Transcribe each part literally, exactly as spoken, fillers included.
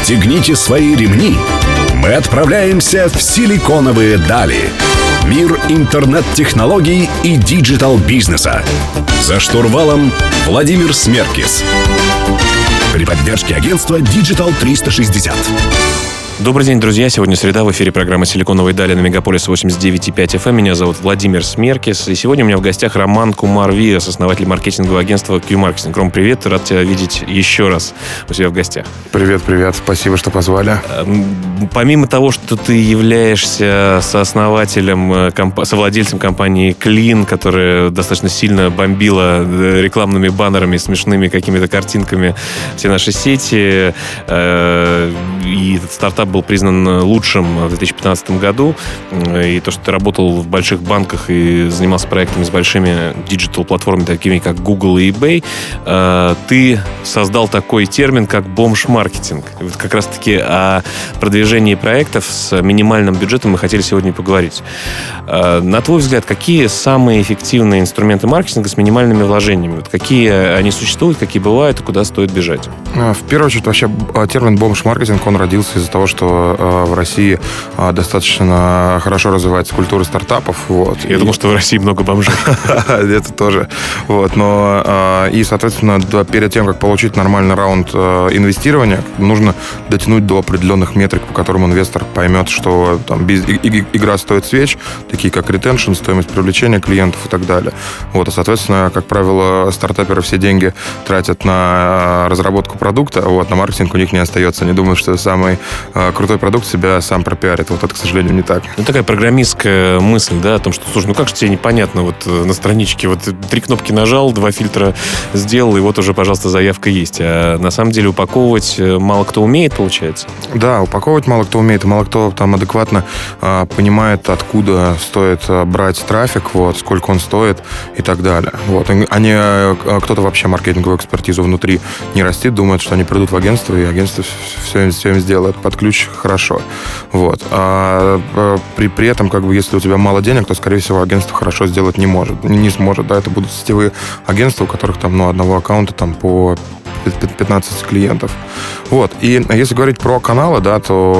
Расстегните свои ремни. Мы отправляемся в силиконовые дали. Мир интернет-технологий и диджитал-бизнеса. За штурвалом Владимир Смеркис. При поддержке агентства Digital триста шестьдесят. Добрый день, друзья. Сегодня среда. В эфире программа «Силиконовые дали» на Мегаполис восемьдесят девять и пять эф эм. Меня зовут Владимир Смеркис. И сегодня у меня в гостях Роман Кумар-Виас, основатель маркетингового агентства Q-Marketing. Ром, привет. Рад тебя видеть еще раз у себя в гостях. Привет, привет. Спасибо, что позвали. Помимо того, что ты являешься сооснователем, комп... совладельцем компании Clean, которая достаточно сильно бомбила рекламными баннерами, смешными какими-то картинками все наши сети, и этот стартап был признан лучшим в две тысячи пятнадцатом году. И то, что ты работал в больших банках и занимался проектами с большими диджитал-платформами, такими как Google и eBay, ты создал такой термин, как бомж-маркетинг. И вот как раз-таки о продвижении проектов с минимальным бюджетом мы хотели сегодня поговорить. На твой взгляд, какие самые эффективные инструменты маркетинга с минимальными вложениями? Вот какие они существуют, какие бывают и куда стоит бежать? В первую очередь, вообще термин бомж-маркетинг, он родился из-за того, что э, в России э, достаточно хорошо развивается культура стартапов. Вот. Я и... думал, что в России много бомжей. Это тоже. Вот. Но, э, и, соответственно, перед тем, как получить нормальный раунд э, инвестирования, нужно дотянуть до определенных метрик, по которым инвестор поймет, что там, без, и, и, игра стоит свеч, такие как ретеншн, стоимость привлечения клиентов и так далее. Вот. А, соответственно, как правило, стартаперы все деньги тратят на разработку продукта, вот, на маркетинг у них не остается. Они думают, что самый крутой продукт себя сам пропиарит. Вот это, к сожалению, не так. Ну, такая программистская мысль, да, о том, что, слушай, ну как же тебе непонятно вот на страничке, вот три кнопки нажал, два фильтра сделал, и вот уже, пожалуйста, заявка есть. А на самом деле упаковывать мало кто умеет, получается? Да, упаковывать мало кто умеет, и мало кто там адекватно а, понимает, откуда стоит а, брать трафик, вот, сколько он стоит и так далее. Вот. Они, а, кто-то вообще маркетинговую экспертизу внутри не растит, думает, что они придут в агентство, и агентство все, все им сделает под ключ хорошо. Вот. А при, при этом, как бы, если у тебя мало денег, то, скорее всего, агентство хорошо сделать не может. Не, не сможет, да, это будут сетевые агентства, у которых там, ну, одного аккаунта там по пятнадцать клиентов. Вот. И если говорить про каналы, да,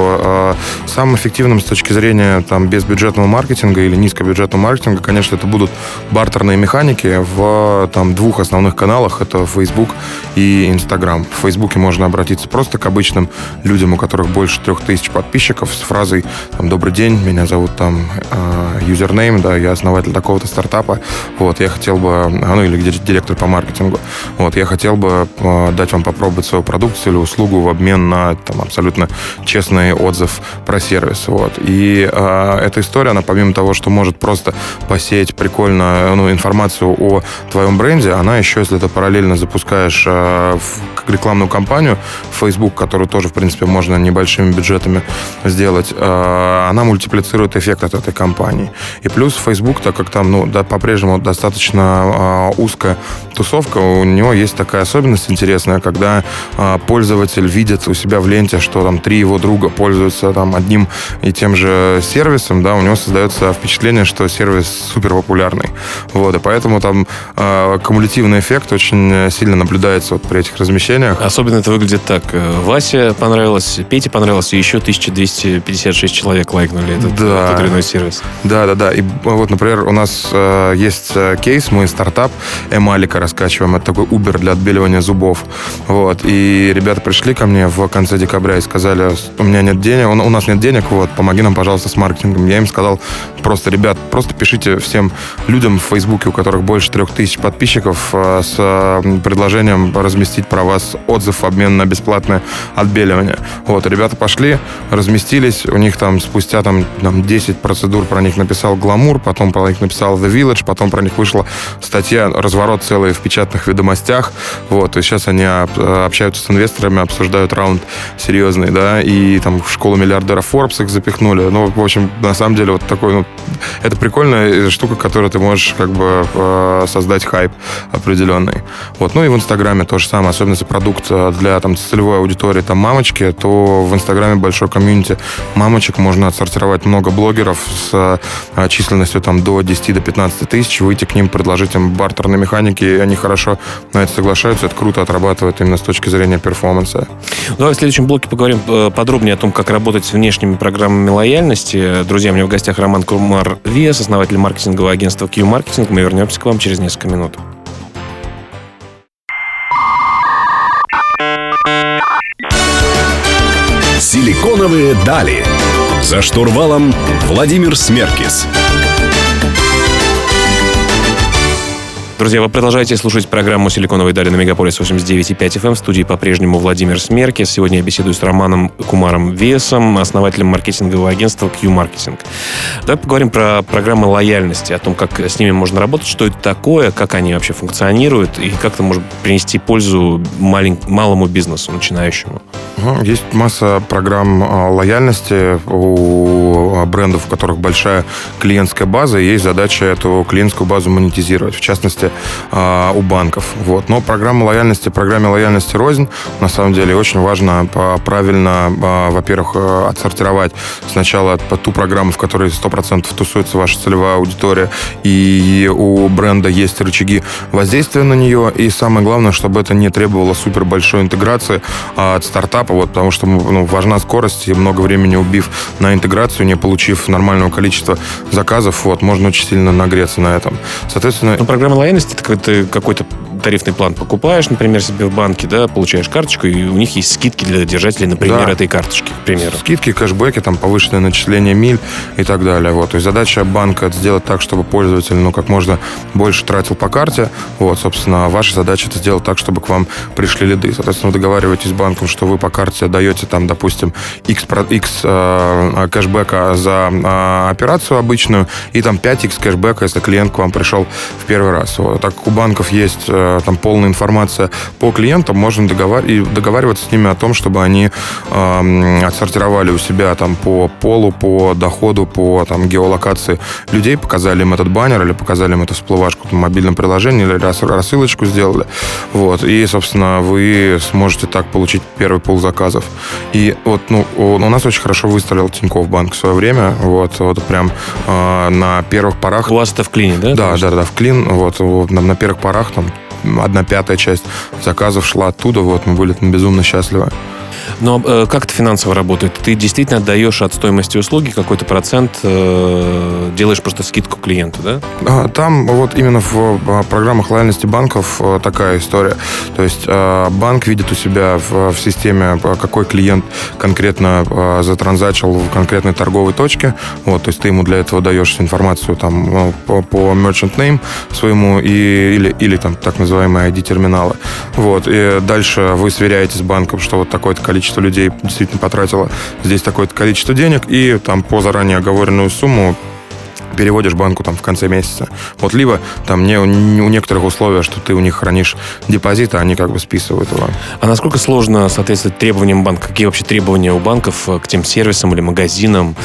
то э, самым эффективным с точки зрения там, безбюджетного маркетинга или низкобюджетного маркетинга, конечно, это будут бартерные механики в там, двух основных каналах. Это Facebook и Instagram. В Фейсбуке можно обратиться просто к обычным людям, у которых больше трех тысяч подписчиков, с фразой там, «Добрый день, меня зовут там э, юзернейм, да, я основатель такого-то стартапа, вот, я хотел бы, ну, или директор по маркетингу, вот, я хотел бы э, дать вам попробовать свою продукцию или услугу в обмен на там, абсолютно честный отзыв про сервис. Вот. И э, эта история, она помимо того, что может просто посеять прикольно ну, информацию о твоем бренде, она еще, если ты параллельно запускаешь э, в рекламную кампанию в Facebook, которую тоже, в принципе, можно небольшими бюджетами сделать, э, она мультиплицирует эффект от этой кампании. И плюс Facebook, так как там ну, да, по-прежнему достаточно э, узкая тусовка, у него есть такая особенность интересная, когда э, пользователь видит у себя в ленте, что там три его друга пользуются там одним и тем же сервисом, да, у него создается впечатление, что сервис супер популярный. Вот, и поэтому там э, кумулятивный эффект очень сильно наблюдается вот при этих размещениях. Особенно это выглядит так. Васе понравилось, Пете понравилось, и еще тысяча двести пятьдесят шесть человек лайкнули этот, да. этот или иной сервис. Да, да, да. И вот, например, у нас э, есть кейс, мы стартап Эмалика раскачиваем. Это такой Uber для отбеливания зубов. Вот. И ребята пришли ко мне в конце декабря и сказали, у меня нет денег, у нас нет денег, вот, помоги нам, пожалуйста, с маркетингом. Я им сказал просто, ребят, просто пишите всем людям в Фейсбуке, у которых больше трех тысяч подписчиков, с предложением разместить про вас отзыв в обмен на бесплатное отбеливание. Вот. Ребята пошли, разместились, у них там спустя там, там десять процедур про них написал Glamour, потом про них написал The Village, потом про них вышла статья, разворот целый в печатных ведомостях. Вот. И сейчас они общаются с инвесторами, обсуждают раунд серьезный, да, и там в школу миллиардеров Forbes их запихнули. Ну, в общем, на самом деле, вот такой, ну, это прикольная штука, которой ты можешь как бы создать хайп определенный. Вот. Ну и в Инстаграме то же самое, особенно если продукт для там, целевой аудитории там, мамочки, то в Инстаграме большой комьюнити мамочек. Можно отсортировать много блогеров с численностью там, до десяти-пятнадцати тысяч, выйти к ним, предложить им бартерные механики, и они хорошо на это соглашаются. Это круто отрабатывает именно с точки зрения перформанса. Давай в следующем блоке поговорим подробнее о том, как работать с внешними программами лояльности. Друзья, у меня в гостях Роман Кумар Виас, основатель маркетингового агентства Q-Marketing. Мы вернемся к вам через несколько минут. Силиконовые дали. За штурвалом Владимир Смеркис. Друзья, вы продолжаете слушать программу «Силиконовые дали» на Мегаполис восемьдесят девять и пять эф эм. В студии по-прежнему Владимир Смеркис. Сегодня я беседую с Романом Кумаром Виасом, основателем маркетингового агентства Q-Marketing. Давай поговорим про программы лояльности, о том, как с ними можно работать, что это такое, как они вообще функционируют и как это может принести пользу малень... малому бизнесу, начинающему. Есть масса программ лояльности у брендов, у которых большая клиентская база, и есть задача эту клиентскую базу монетизировать, в частности, у банков. Вот. Но программа лояльности, программе лояльности рознь. На самом деле очень важно правильно, во-первых, отсортировать сначала ту программу, в которой сто процентов тусуется ваша целевая аудитория, и у бренда есть рычаги воздействия на нее, и самое главное, чтобы это не требовало супер большой интеграции от стартапа, вот, потому что ну, важна скорость, и много времени убив на интеграцию, не получив нормального количества заказов, вот, можно очень сильно нагреться на этом. Соответственно... Но программа лояльности — это когда ты какой-то тарифный план покупаешь, например, себе в банке, да, получаешь карточку, и у них есть скидки для держателей, например, да. этой карточки, к примеру. Скидки, кэшбэки, там, повышенное начисление миль и так далее. Вот. То есть задача банка — это сделать так, чтобы пользователь, ну, как можно больше тратил по карте. Вот, собственно, ваша задача — это сделать так, чтобы к вам пришли лиды. Соответственно, вы договариваетесь с банком, что вы по карте даете, там, допустим, X, X э, кэшбэка за э, операцию обычную, и там пять икс кэшбэка, если клиент к вам пришел в первый раз. Вот. Так как у банков есть э, там полная информация по клиентам, можно договар... и договариваться с ними о том, чтобы они э, отсортировали у себя там по полу, по доходу, по там, геолокации людей, показали им этот баннер или показали им эту всплывашку в мобильном приложении, или рассылочку сделали. Вот. И, собственно, вы сможете так получить первый пул заказов. И вот, ну, у нас очень хорошо выстрелил Тинькофф банк в свое время. Вот, вот прям э, на первых порах... У вас это в Клине, да? Да, да, да, в Клин. Вот, на, на первых порах там одна пятая часть заказов шла оттуда, вот, мы были там безумно счастливы. Но э, как это финансово работает? Ты действительно отдаешь от стоимости услуги какой-то процент, э, делаешь просто скидку клиенту, да? Там вот именно в программах лояльности банков такая история. То есть э, банк видит у себя в, в системе, какой клиент конкретно э, затранзачил в конкретной торговой точке. Вот, то есть ты ему для этого даешь информацию там, ну, по, по merchant name своему и, или, или там так называемые ай ди-терминалы. Вот, и дальше вы сверяете с банком, что вот такое-то количество людей действительно потратило здесь такое-то количество денег, и там по заранее оговоренную сумму переводишь банку там в конце месяца. Вот, либо там не, не у некоторых условия, что ты у них хранишь депозит, а они как бы списывают его. А насколько сложно соответствовать требованиям банка? Какие вообще требования у банков к тем сервисам или магазинам,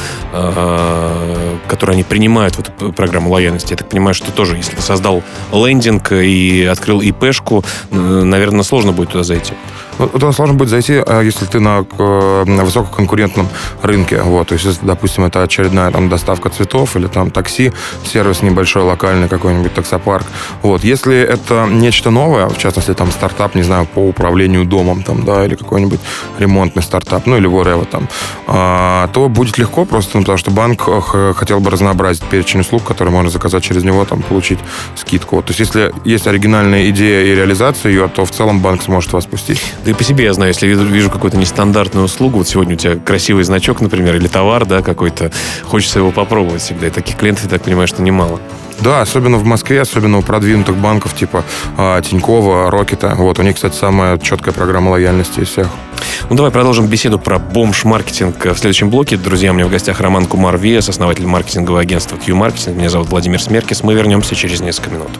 э, которые они принимают в эту программу лояльности? Я так понимаю, что тоже, если ты создал лендинг и открыл ИПшку, наверное, сложно будет туда зайти. Туда сложно будет зайти, если ты на, на высококонкурентном рынке. Вот. То есть, если, допустим, это очередная там, доставка цветов или там такси, сервис небольшой, локальный какой-нибудь таксопарк. Вот. Если это нечто новое, в частности, там стартап, не знаю, по управлению домом, там, да, или какой-нибудь ремонтный стартап, ну или whatever там, а, то будет легко просто, ну, потому что банк хотел бы разнообразить перечень услуг, которые можно заказать через него, там, получить скидку. Вот. То есть, если есть оригинальная идея и реализация ее, то в целом банк сможет вас пустить. Да и по себе я знаю, если вижу, вижу какую-то нестандартную услугу, вот сегодня у тебя красивый значок, например, или товар, да, какой-то, хочется его попробовать всегда. И таких клиентов, я так понимаю, что немало. Да, особенно в Москве, особенно у продвинутых банков типа э, Тинькова, Рокета. Вот, у них, кстати, самая четкая программа лояльности из всех. Ну, давай продолжим беседу про бомж-маркетинг в следующем блоке. Друзья, у меня в гостях Роман Кумар Виас, основатель маркетингового агентства Q-Marketing. Меня зовут Владимир Смеркис. Мы вернемся через несколько минут.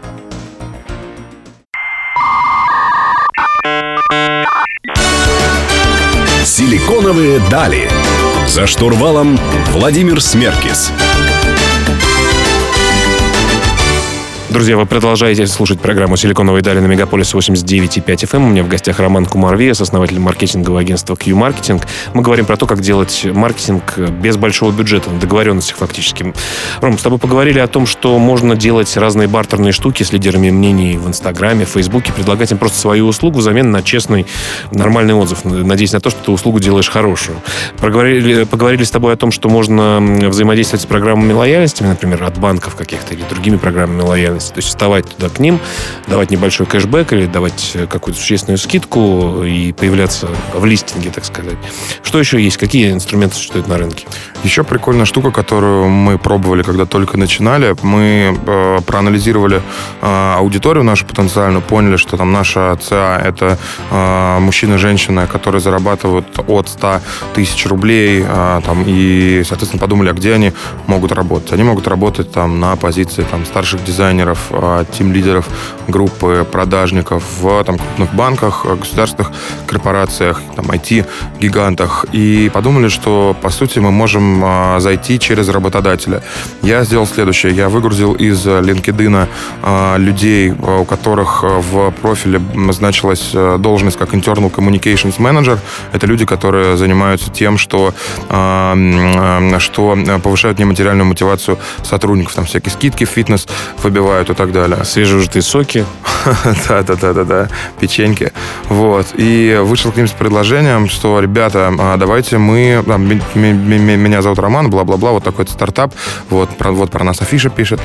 Силиконовые дали. За штурвалом Владимир Смеркис. Друзья, вы продолжаете слушать программу «Силиконовые дали» на Мегаполис восемьдесят девять и пять эф эм. У меня в гостях Роман Кумарвиес, основатель маркетингового агентства Q-Marketing. Мы говорим про то, как делать маркетинг без большого бюджета, на договоренностях фактически. Ром, с тобой поговорили о том, что можно делать разные бартерные штуки с лидерами мнений в Инстаграме, в Фейсбуке, предлагать им просто свою услугу взамен на честный, нормальный отзыв, надеясь на то, что ты услугу делаешь хорошую. Поговорили, поговорили с тобой о том, что можно взаимодействовать с программами лояльности, например, от банков каких-то или другими программами лояльности. То есть вставать туда к ним, давать небольшой кэшбэк или давать какую-то существенную скидку и появляться в листинге, так сказать. Что еще есть? Какие инструменты существуют на рынке? Еще прикольная штука, которую мы пробовали, когда только начинали. Мы э, проанализировали э, аудиторию нашу потенциальную, поняли, что там наша ЦА — это э, мужчины и женщины, которые зарабатывают от ста тысяч рублей, э, там, и, соответственно, подумали, а где они могут работать. Они могут работать там на позиции там, старших дизайнеров, тим-лидеров группы, продажников в там, крупных банках, государственных корпорациях, там, ай ти-гигантах. И подумали, что, по сути, мы можем а, зайти через работодателя. Я сделал следующее. Я выгрузил из LinkedIn а, людей, у которых в профиле значилась должность как Internal Communications Manager. Это люди, которые занимаются тем, что, а, что повышают нематериальную мотивацию сотрудников. Там всякие скидки, фитнес выбивают и так далее. Свежевыжатые соки. Да-да-да-да-да. Печеньки. Вот. И вышел к ним с предложением, что, ребята, давайте мы... Да, меня зовут Роман, бла-бла-бла, вот такой стартап. Вот про, вот про нас афиша пишет.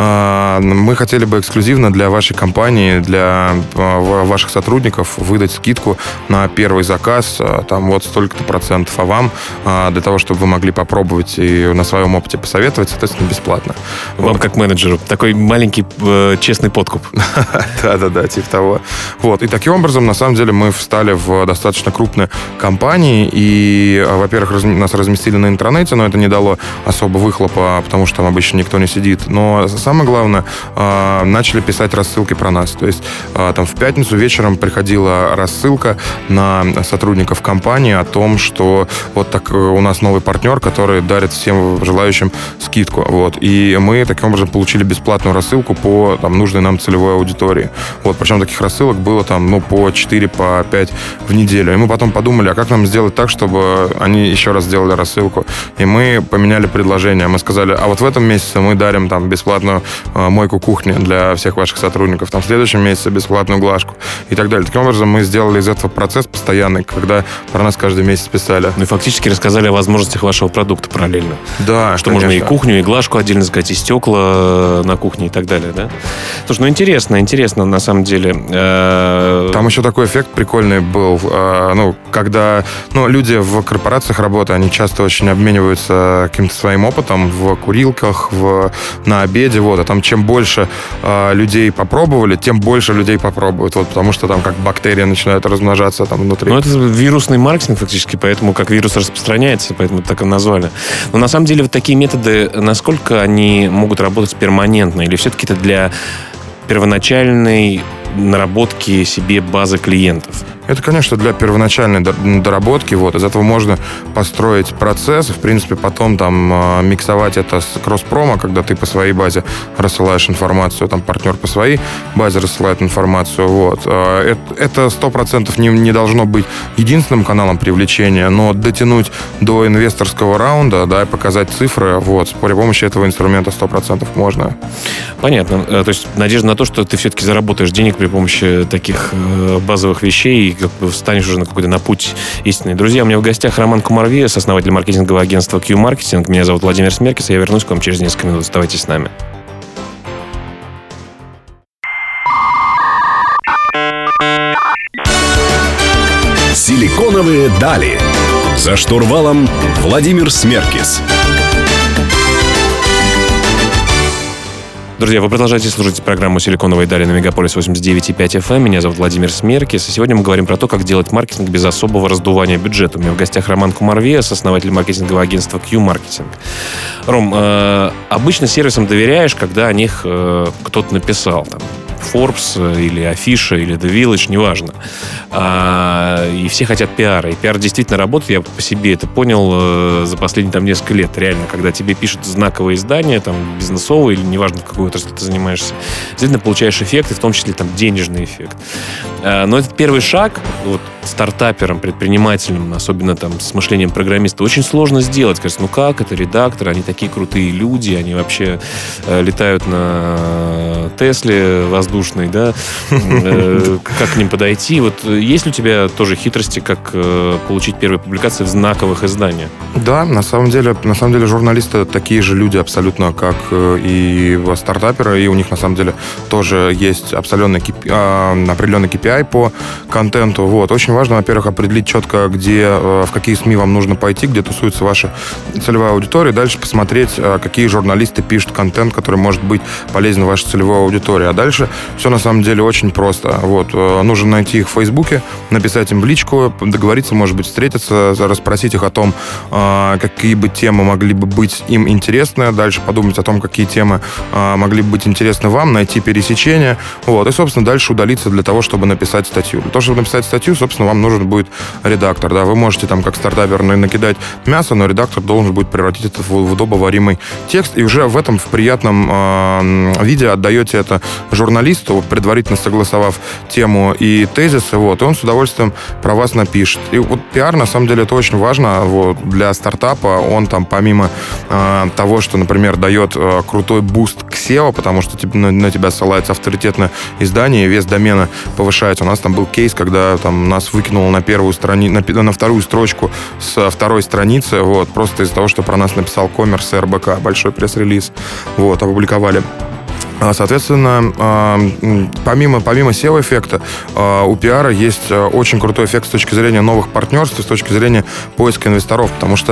Мы хотели бы эксклюзивно для вашей компании, для ваших сотрудников выдать скидку на первый заказ, там вот столько-то процентов, а вам для того, чтобы вы могли попробовать и на своем опыте посоветовать, соответственно, бесплатно. Вам вот. Как менеджеру. Такой маленький э, честный подкуп. Да-да-да, типа того. Вот. И таким образом, на самом деле, мы встали в достаточно крупные компании, и, во-первых, раз, нас разместили на интернете, но это не дало особо выхлопа, потому что там обычно никто не сидит. Но самое главное, э, начали писать рассылки про нас. То есть э, там в пятницу вечером приходила рассылка на сотрудников компании о том, что вот так у нас новый партнер, который дарит всем желающим скидку. Вот. И мы таким образом получили бесплатную рассылку по там, нужной нам целевой аудитории. Вот. Причем таких рассылок было там, ну, по четыре, по пять в неделю. И мы потом подумали, а как нам сделать так, чтобы они еще раз сделали рассылку. И мы поменяли предложение. Мы сказали, а вот в этом месяце мы дарим там бесплатную э, мойку кухни для всех ваших сотрудников. Там в следующем месяце бесплатную глажку и так далее. Таким образом мы сделали из этого процесс постоянный, когда про нас каждый месяц писали. Ну и фактически рассказали о возможностях вашего продукта параллельно. Да, что конечно. Можно и кухню, и глажку отдельно сказать, и стекла на кухне и так далее, да? Слушай, ну интересно, интересно на самом деле. Там еще такой эффект прикольный был, ну, когда, ну, люди в корпорациях работают, они часто очень обмениваются каким-то своим опытом в курилках, в, на обеде, вот, а там чем больше людей попробовали, тем больше людей попробуют, вот, потому что там как бактерии начинают размножаться там внутри. Ну, это вирусный маркетинг фактически, поэтому как вирус распространяется, поэтому так и назвали. Но на самом деле вот такие методы, насколько они могут работать перманентно, или все-таки это для первоначальной наработки себе базы клиентов? Это, конечно, для первоначальной доработки. Вот. Из этого можно построить процесс. В принципе, потом там миксовать это с кросс-промо, когда ты по своей базе рассылаешь информацию, там партнер по своей базе рассылает информацию. Вот. Это сто процентов не, не должно быть единственным каналом привлечения, но дотянуть до инвесторского раунда, да, и показать цифры, вот, при помощи этого инструмента сто процентов можно. Понятно. То есть надежда на то, что ты все-таки заработаешь денег при помощи таких базовых вещей, как бы встанешь уже на какой-то на путь истинный. Друзья, у меня в гостях Роман Кумарвиес, основатель маркетингового агентства Q-Marketing. Меня зовут Владимир Смеркис, и я вернусь к вам через несколько минут. Оставайтесь с нами. Силиконовые дали. За штурвалом Владимир Смеркис. Друзья, вы продолжаете слушать программу «Силиконовые дали» на Мегаполис восемьдесят девять и пять эф эм. Меня зовут Владимир Смеркис. И сегодня мы говорим про то, как делать маркетинг без особого раздувания бюджета. У меня в гостях Роман Кумарвиес, основатель маркетингового агентства Q-Marketing. Ром, э, обычно сервисам доверяешь, когда о них э, кто-то написал. Там, Forbes или Афиша или The Village, неважно. А, и все хотят пиара. И пиар действительно работает. Я по себе это понял за последние там несколько лет. Реально, когда тебе пишут знаковые издания, там, бизнесовые или неважно, в какой отрасли ты занимаешься, действительно получаешь эффекты, в том числе там денежный эффект. А, но этот первый шаг вот, стартаперам, предпринимателям, особенно там с мышлением программиста, очень сложно сделать. Кажется, ну как, это редакторы, они такие крутые люди, они вообще э, летают на Тесле воздушной, да? Э, как к ним подойти? Вот есть ли у тебя тоже хитрости, как э, получить первые публикации в знаковых изданиях? Да, на самом деле, на самом деле журналисты такие же люди абсолютно, как и стартаперы, и у них на самом деле тоже есть определенный, определенный кей пи ай по контенту. Вот. Очень важно, во-первых, определить четко, где, в какие СМИ вам нужно пойти, где тусуется ваша целевая аудитория, дальше посмотреть, какие журналисты пишут контент, который может быть полезен вашей целевой аудитории. А дальше все на самом деле очень просто. Вот. Нужно найти их в Фейсбуке, написать им в личку, договориться, может быть, встретиться, расспросить их о том, какие бы темы могли бы быть им интересны, дальше подумать о том, какие темы могли бы быть интересны вам, найти пересечения, вот, и, собственно, дальше удалиться для того, чтобы написать статью. Для того, чтобы написать статью, собственно, вам нужен будет редактор, да, вы можете там как стартапер накидать мясо, но редактор должен будет превратить это в, в удобоваримый текст, и уже в этом, в приятном э, виде отдаете это журналисту, предварительно согласовав тему и тезисы, вот, и он с удовольствием про вас напишет. И вот пиар, на самом деле, это очень важно, вот, для стартапа. Он там, помимо э, того, что, например, дает э, крутой буст к сео, потому что типа, на, на тебя ссылается авторитетное издание, вес домена повышается. У нас там был кейс, когда там нас выкинуло на первую страницу, на, на вторую строчку с второй страницы, вот, просто из-за того, что про нас написал Коммерс и эр бэ ка, большой пресс-релиз, вот, опубликовали. Соответственно, помимо, помимо сео-эффекта, у пиара есть очень крутой эффект с точки зрения новых партнерств, с точки зрения поиска инвесторов, потому что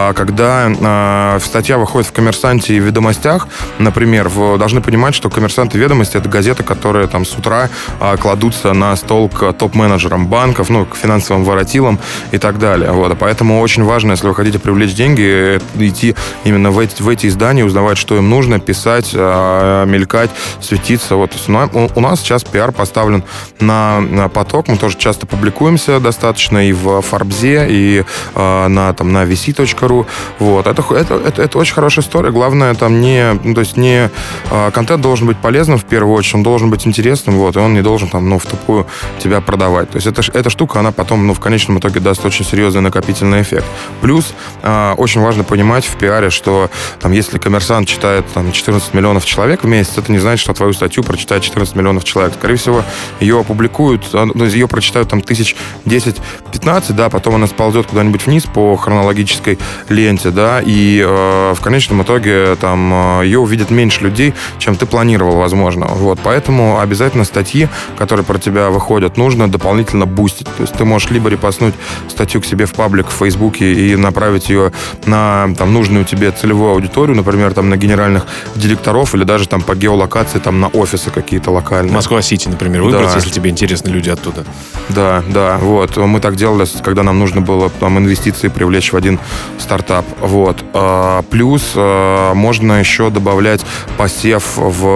когда статья выходит в «Коммерсанте» и в «Ведомостях», например, вы должны понимать, что «Коммерсант» и «Ведомости» — это газеты, которые там с утра кладутся на стол к топ-менеджерам банков, ну, к финансовым воротилам и так далее. Вот. Поэтому очень важно, если вы хотите привлечь деньги, идти именно в эти, в эти издания, узнавать, что им нужно, писать, мелькать, светиться. Вот. У нас сейчас пиар поставлен на, на поток. Мы тоже часто публикуемся достаточно и в Форбсе, и э, на, там, на ви си точка ру. Вот. Это, это, это, это очень хорошая история. Главное, там не, ну, то есть не э, контент должен быть полезным в первую очередь, он должен быть интересным, вот, и он не должен там, ну, в тупую тебя продавать. То есть эта, эта штука, она потом, ну, в конечном итоге даст очень серьезный накопительный эффект. Плюс э, очень важно понимать в пиаре, что там, если «Коммерсант» читает там, четырнадцать миллионов человек в месяц, это не значит, что твою статью прочитает четырнадцать миллионов человек. Скорее всего, ее опубликуют, ну, ее прочитают там тысяч десять-пятнадцать, да, потом она сползет куда-нибудь вниз по хронологической ленте, да, и э, в конечном итоге там ее увидят меньше людей, чем ты планировал, возможно. Вот, поэтому обязательно статьи, которые про тебя выходят, нужно дополнительно бустить. То есть ты можешь либо репостнуть статью к себе в паблик в Фейсбуке и направить ее на там, нужную тебе целевую аудиторию, например, там на генеральных директоров или даже там по геолокации, там на офисы какие-то локальные. Москва-Сити, например, выбрать, да. Если тебе интересны люди оттуда. Да, да, вот. Мы так делали, когда нам нужно было там инвестиции привлечь в один стартап. Вот. Плюс можно еще добавлять посев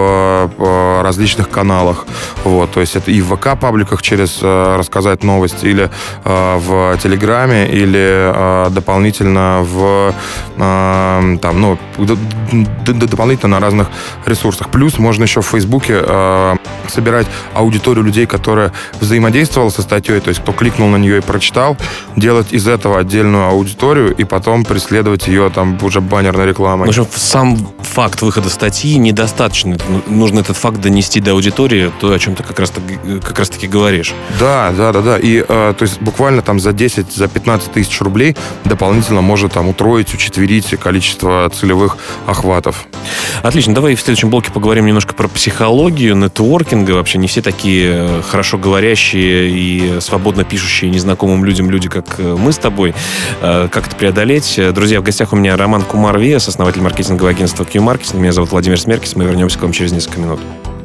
в различных каналах. Вот. То есть это и в ВК-пабликах через рассказать новость, или в Телеграме, или дополнительно в там, ну, дополнительно на разных ресурсах. Плюс можно еще в Фейсбуке э, собирать аудиторию людей, которая взаимодействовала со статьей, то есть кто кликнул на нее и прочитал, делать из этого отдельную аудиторию и потом преследовать ее там уже баннерной рекламой. В общем, сам факт выхода статьи недостаточно. Нужно этот факт донести до аудитории, то, о чем ты как раз, как раз таки говоришь. Да, да, да, да. И э, то есть буквально там за десять, за пятнадцать тысяч рублей дополнительно может там утроить, учетверить количество целевых охватов. Отлично. Давай в следующем блоке поговорим немножко про психологию, нетворкинга. Вообще не все такие хорошо говорящие и свободно пишущие незнакомым людям люди, как мы с тобой. Как это преодолеть? Друзья, в гостях у меня Роман Кумар-Виас, основатель маркетингового агентства Q-Marketing. Меня зовут Владимир Смеркис. Мы вернемся к вам через несколько минут.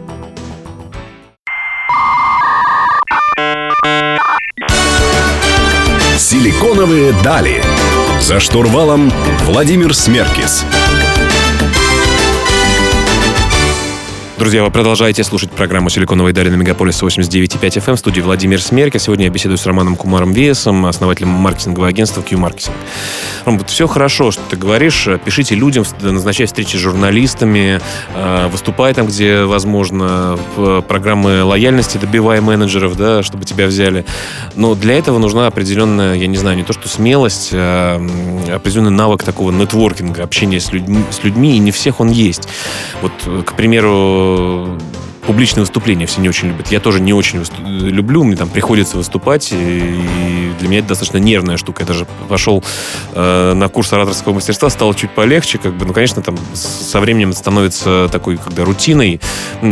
Силиконовые дали. За штурвалом Владимир Смеркис. Друзья, вы продолжаете слушать программу «Силиконовые дали» на Мегаполис восемьдесят девять и пять эф эм. В студии Владимир Смеркис. Сегодня я беседую с Романом Кумаром Виасом, основателем маркетингового агентства Q-Marketing. Ром, вот все хорошо, что ты говоришь. Пишите людям, назначай встречи с журналистами, выступай там, где возможно, в программы лояльности добивай менеджеров, да, чтобы тебя взяли. Но для этого нужна определенная, я не знаю, не то что смелость, а определенный навык такого нетворкинга, общения с людьми, с людьми, и не всех он есть. Вот, к примеру, публичные выступления все не очень любят. Я тоже не очень выступ... люблю, мне там приходится выступать, и для меня это достаточно нервная штука. Я даже пошел э, на курс ораторского мастерства, стало чуть полегче, как бы, ну, конечно, там со временем становится такой, когда рутиной,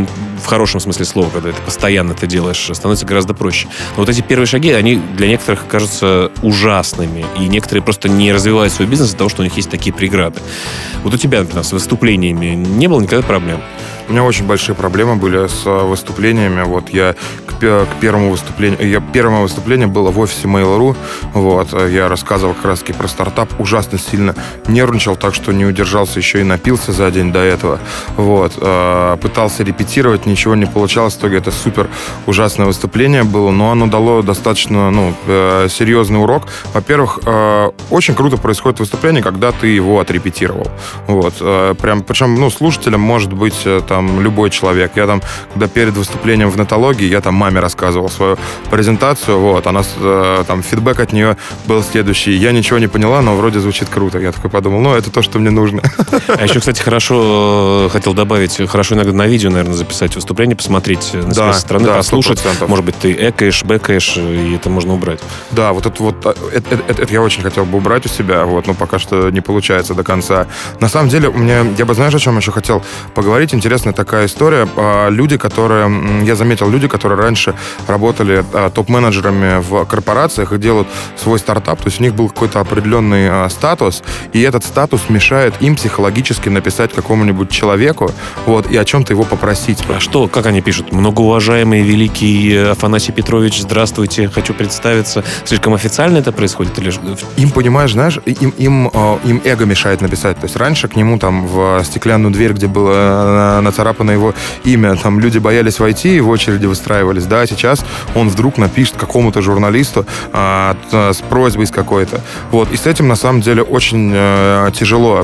в хорошем смысле слова, когда ты постоянно это делаешь, становится гораздо проще. Но вот эти первые шаги, они для некоторых кажутся ужасными, и некоторые просто не развивают свой бизнес из-за того, что у них есть такие преграды. Вот у тебя, например, с выступлениями не было никогда проблем? У меня очень большие проблемы были с выступлениями. Вот я к, к первому выступлению... Я, первое выступление было в офисе Mail.ru. Вот, я рассказывал как раз-таки про стартап. Ужасно сильно нервничал, так что не удержался, еще и напился за день до этого. Вот, пытался репетировать, ничего не получалось. В итоге это супер ужасное выступление было, но оно дало достаточно, ну, серьезный урок. Во-первых, очень круто происходит выступление, когда ты его отрепетировал. Вот, прям, причем, ну, слушателем может быть там Там, любой человек. Я там, когда перед выступлением в нетологии, я там маме рассказывал свою презентацию, вот, она, э, там, фидбэк от нее был следующий. Я ничего не поняла, но вроде звучит круто. Я такой подумал, ну, это то, что мне нужно. А еще, кстати, хорошо, хотел добавить, хорошо иногда на видео, наверное, записать выступление, посмотреть на себя со стороны, да, послушать. сто процентов. Может быть, ты экаешь, бэкаешь, и это можно убрать. Да, вот это вот, это, это, это, это я очень хотел бы убрать у себя, вот, но пока что не получается до конца. На самом деле, у меня, я бы, знаешь, о чем еще хотел поговорить? Интересно, такая история. Люди, которые, я заметил, люди, которые раньше работали топ-менеджерами в корпорациях и делают свой стартап, то есть у них был какой-то определенный статус, и этот статус мешает им психологически написать какому-нибудь человеку, вот, и о чем-то его попросить. А что, как они пишут? Многоуважаемый великий Афанасий Петрович, здравствуйте, хочу представиться. Слишком официально это происходит? Или... Им, понимаешь, знаешь, им, им, им эго мешает написать. То есть раньше к нему там в стеклянную дверь, где было нацарапано его имя, там люди боялись войти и в очереди выстраивались, да, сейчас он вдруг напишет какому-то журналисту а, с просьбой с какой-то, вот, и с этим на самом деле очень а, тяжело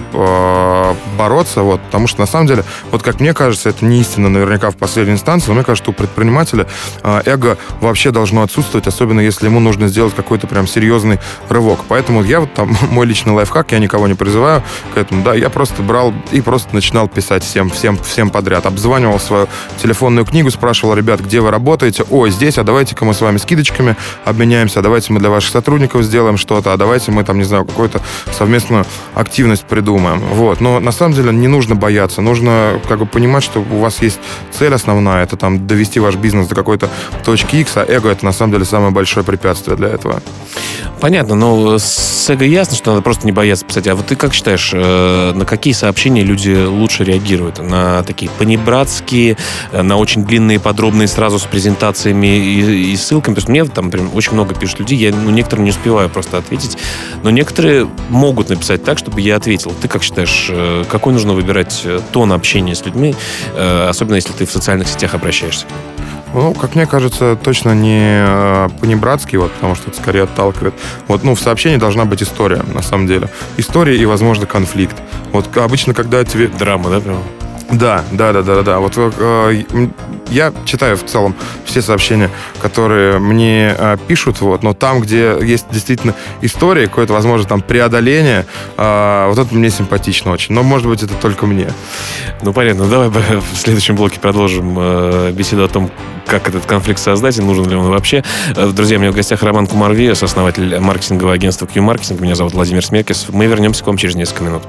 а, бороться, вот, потому что на самом деле, вот как мне кажется, это не истина наверняка в последней инстанции, но мне кажется, что у предпринимателя а, эго вообще должно отсутствовать, особенно если ему нужно сделать какой-то прям серьезный рывок, поэтому я вот там, мой личный лайфхак, я никого не призываю к этому, да, я просто брал и просто начинал писать всем, всем, всем подряд, обзванивал свою телефонную книгу, спрашивал, ребят, где вы работаете? О, здесь, а давайте-ка мы с вами скидочками обменяемся, а давайте мы для ваших сотрудников сделаем что-то, а давайте мы там, не знаю, какую-то совместную активность придумаем. Вот. Но на самом деле не нужно бояться, нужно как бы понимать, что у вас есть цель основная, это там довести ваш бизнес до какой-то точки X, а эго это на самом деле самое большое препятствие для этого. Понятно, но с эго ясно, что надо просто не бояться писать. А вот ты как считаешь, на какие сообщения люди лучше реагируют? На такие понебратские, на очень длинные, подробные, сразу с презентациями и, и ссылками? Потому что мне там, например, очень много пишут людей, я ну, некоторым не успеваю просто ответить, но некоторые могут написать так, чтобы я ответил. Ты как считаешь, какой нужно выбирать тон общения с людьми, особенно если ты в социальных сетях обращаешься? Ну, как мне кажется, точно не понебратский, вот, потому что это скорее отталкивает. Вот, ну, в сообщении должна быть история, на самом деле. История и, возможно, конфликт. Вот обычно, когда тебе... Драма, да, прям? Да, да, да, да, да. Вот э, я читаю в целом все сообщения, которые мне э, пишут, вот, но там, где есть действительно история, какое-то, возможно, там преодоление, э, вот это мне симпатично очень. Но, может быть, это только мне. Ну, понятно. Давай в следующем блоке продолжим э, беседу о том, как этот конфликт создать и нужен ли он вообще. Друзья, у меня в гостях Роман Кумар Виас, основатель маркетингового агентства Q-Marketing. Меня зовут Владимир Смеркис. Мы вернемся к вам через несколько минут.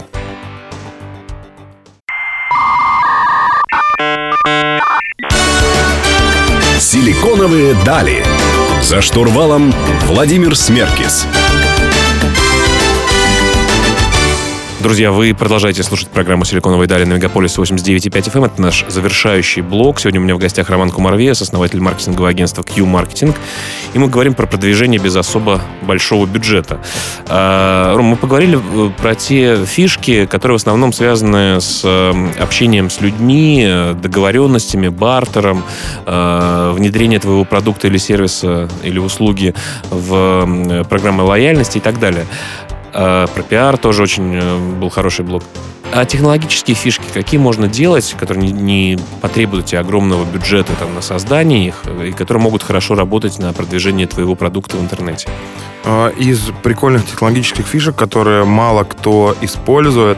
Силиконовые дали. За штурвалом Владимир Смеркис. Друзья, вы продолжаете слушать программу «Силиконовые дали» на Мегаполис восемьдесят девять и пять эф эм. Это наш завершающий блок. Сегодня у меня в гостях Роман Кумарвес, основатель маркетингового агентства Q-Marketing. И мы говорим про продвижение без особо большого бюджета. А, Ром, мы поговорили про те фишки, которые в основном связаны с общением с людьми, договоренностями, бартером, внедрение твоего продукта или сервиса или услуги в программы лояльности и так далее. Про пиар тоже очень был хороший блог. А технологические фишки какие можно делать, которые не, не потребуют тебе огромного бюджета там, на создание их, и которые могут хорошо работать на продвижении твоего продукта в интернете? Из прикольных технологических фишек, которые мало кто использует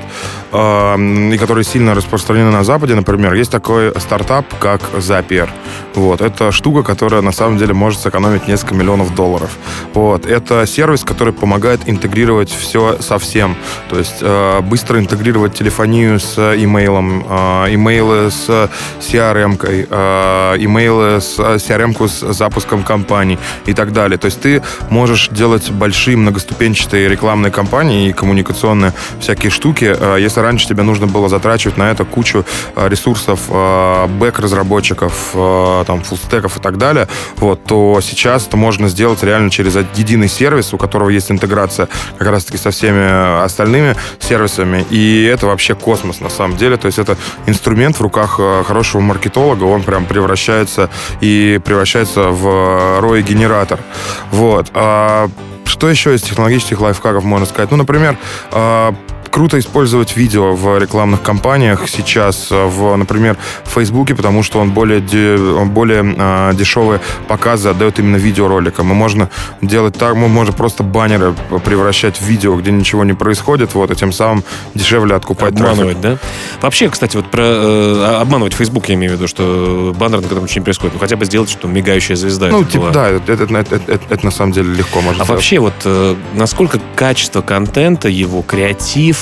и которые сильно распространены на Западе, например, есть такой стартап, как Zapier. Вот. Это штука, которая на самом деле может сэкономить несколько миллионов долларов. Вот. Это сервис, который помогает интегрировать все со всем. То есть быстро интегрировать телефонию с имейлом, имейлы с си ар эм-кой, имейлы с си ар эм-ку с запуском кампаний и так далее. То есть ты можешь делать большие многоступенчатые рекламные кампании и коммуникационные всякие штуки. Если раньше тебе нужно было затрачивать на это кучу ресурсов бэк-разработчиков, там, фуллстеков и так далее, вот, то сейчас это можно сделать реально через единый сервис, у которого есть интеграция как раз-таки со всеми остальными сервисами. И это вообще космос на самом деле. То есть это инструмент в руках хорошего маркетолога, он прям превращается и превращается в рой-генератор. Вот. Что еще из технологических лайфхаков можно сказать? Ну, например, круто использовать видео в рекламных кампаниях сейчас, в, например, в Фейсбуке, потому что он более, де, более э, дешевые показы отдает именно видеороликам. И можно делать так, мы можем просто баннеры превращать в видео, где ничего не происходит, вот, и тем самым дешевле откупать обманывать, трафик. Да? Вообще, кстати, вот про э, обманывать Facebook, я имею в виду, что баннер, на котором ничего не происходит, ну, хотя бы сделать, что мигающая звезда. Ну, типа, была. Да, это, это, это, это, это, это на самом деле легко можно А сделать. вообще, вот, э, насколько качество контента, его креатив,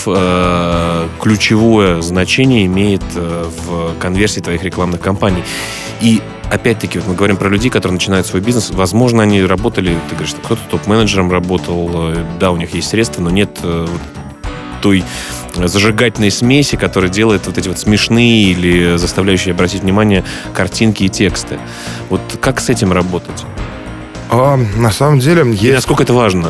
ключевое значение имеет в конверсии твоих рекламных кампаний. И опять-таки, вот мы говорим про людей, которые начинают свой бизнес. Возможно, они работали, ты говоришь, что кто-то топ-менеджером работал, да, у них есть средства, но нет той зажигательной смеси, которая делает вот эти вот смешные или заставляющие обратить внимание картинки и тексты. Вот как с этим работать? А, на самом деле... Есть... И насколько это важно?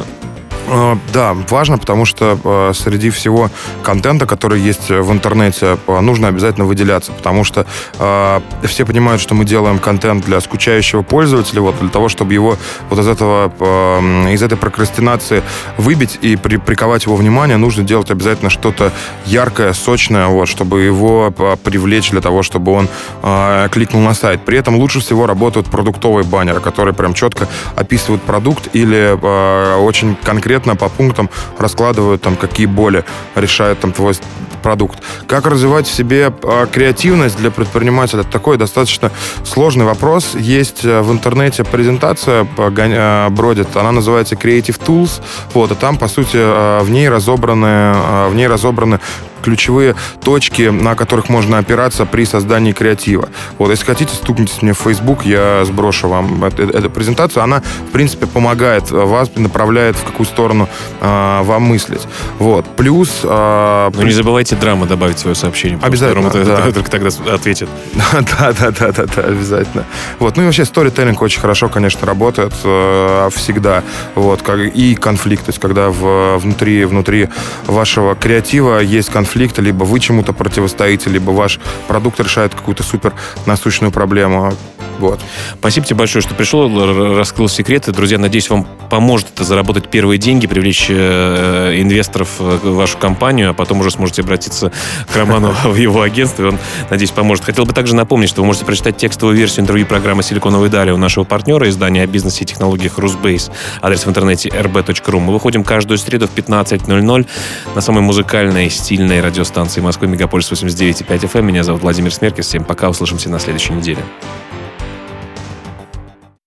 Да, важно, потому что э, среди всего контента, который есть в интернете, э, нужно обязательно выделяться, потому что э, все понимают, что мы делаем контент для скучающего пользователя, вот, для того, чтобы его вот из этого, э, из этой прокрастинации выбить и при, приковать его внимание, нужно делать обязательно что-то яркое, сочное, вот, чтобы его э, привлечь для того, чтобы он э, кликнул на сайт. При этом лучше всего работают продуктовые баннеры, которые прям четко описывают продукт или э, очень конкретно по пунктам раскладывают, там, какие боли решает там, твой продукт. Как развивать в себе а, креативность для предпринимателя? Это такой достаточно сложный вопрос. Есть в интернете презентация, а, бродит, она называется Creative Tools. Вот, и там, по сути, а, в ней разобраны, а, в ней разобраны ключевые точки, на которых можно опираться при создании креатива. Вот, если хотите, стукнитесь мне в Facebook, я сброшу вам эту, эту презентацию. Она, в принципе, помогает вас, направляет, в какую сторону э, вам мыслить. Вот. Плюс... Э, Но не забывайте драма добавить в свое сообщение. Обязательно, да. Только тогда ответит. Да-да-да, обязательно. Вот. Ну и вообще сторителлинг очень хорошо, конечно, работает э, всегда. Вот. Как, и конфликт. То есть, когда в, внутри, внутри вашего креатива есть конфликт, либо вы чему-то противостоите, либо ваш продукт решает какую-то супер насущную проблему. Вот. Спасибо тебе большое, что пришел, раскрыл секреты. Друзья, надеюсь, вам поможет это заработать первые деньги, привлечь э, инвесторов в вашу компанию, а потом уже сможете обратиться к Роману в его агентство, и он, надеюсь, поможет. Хотел бы также напомнить, что вы можете прочитать текстовую версию интервью программы «Силиконовые дали» у нашего партнера, издания о бизнесе и технологиях «Русбейс». Адрес в интернете эр би точка ру. Мы выходим каждую среду в пятнадцать ноль ноль на самой музыкальной, стильной радиостанции Москвы «Мегаполис восемьдесят девять и пять эф эм». Меня зовут Владимир Смеркис. Всем пока, услышимся на следующей неделе.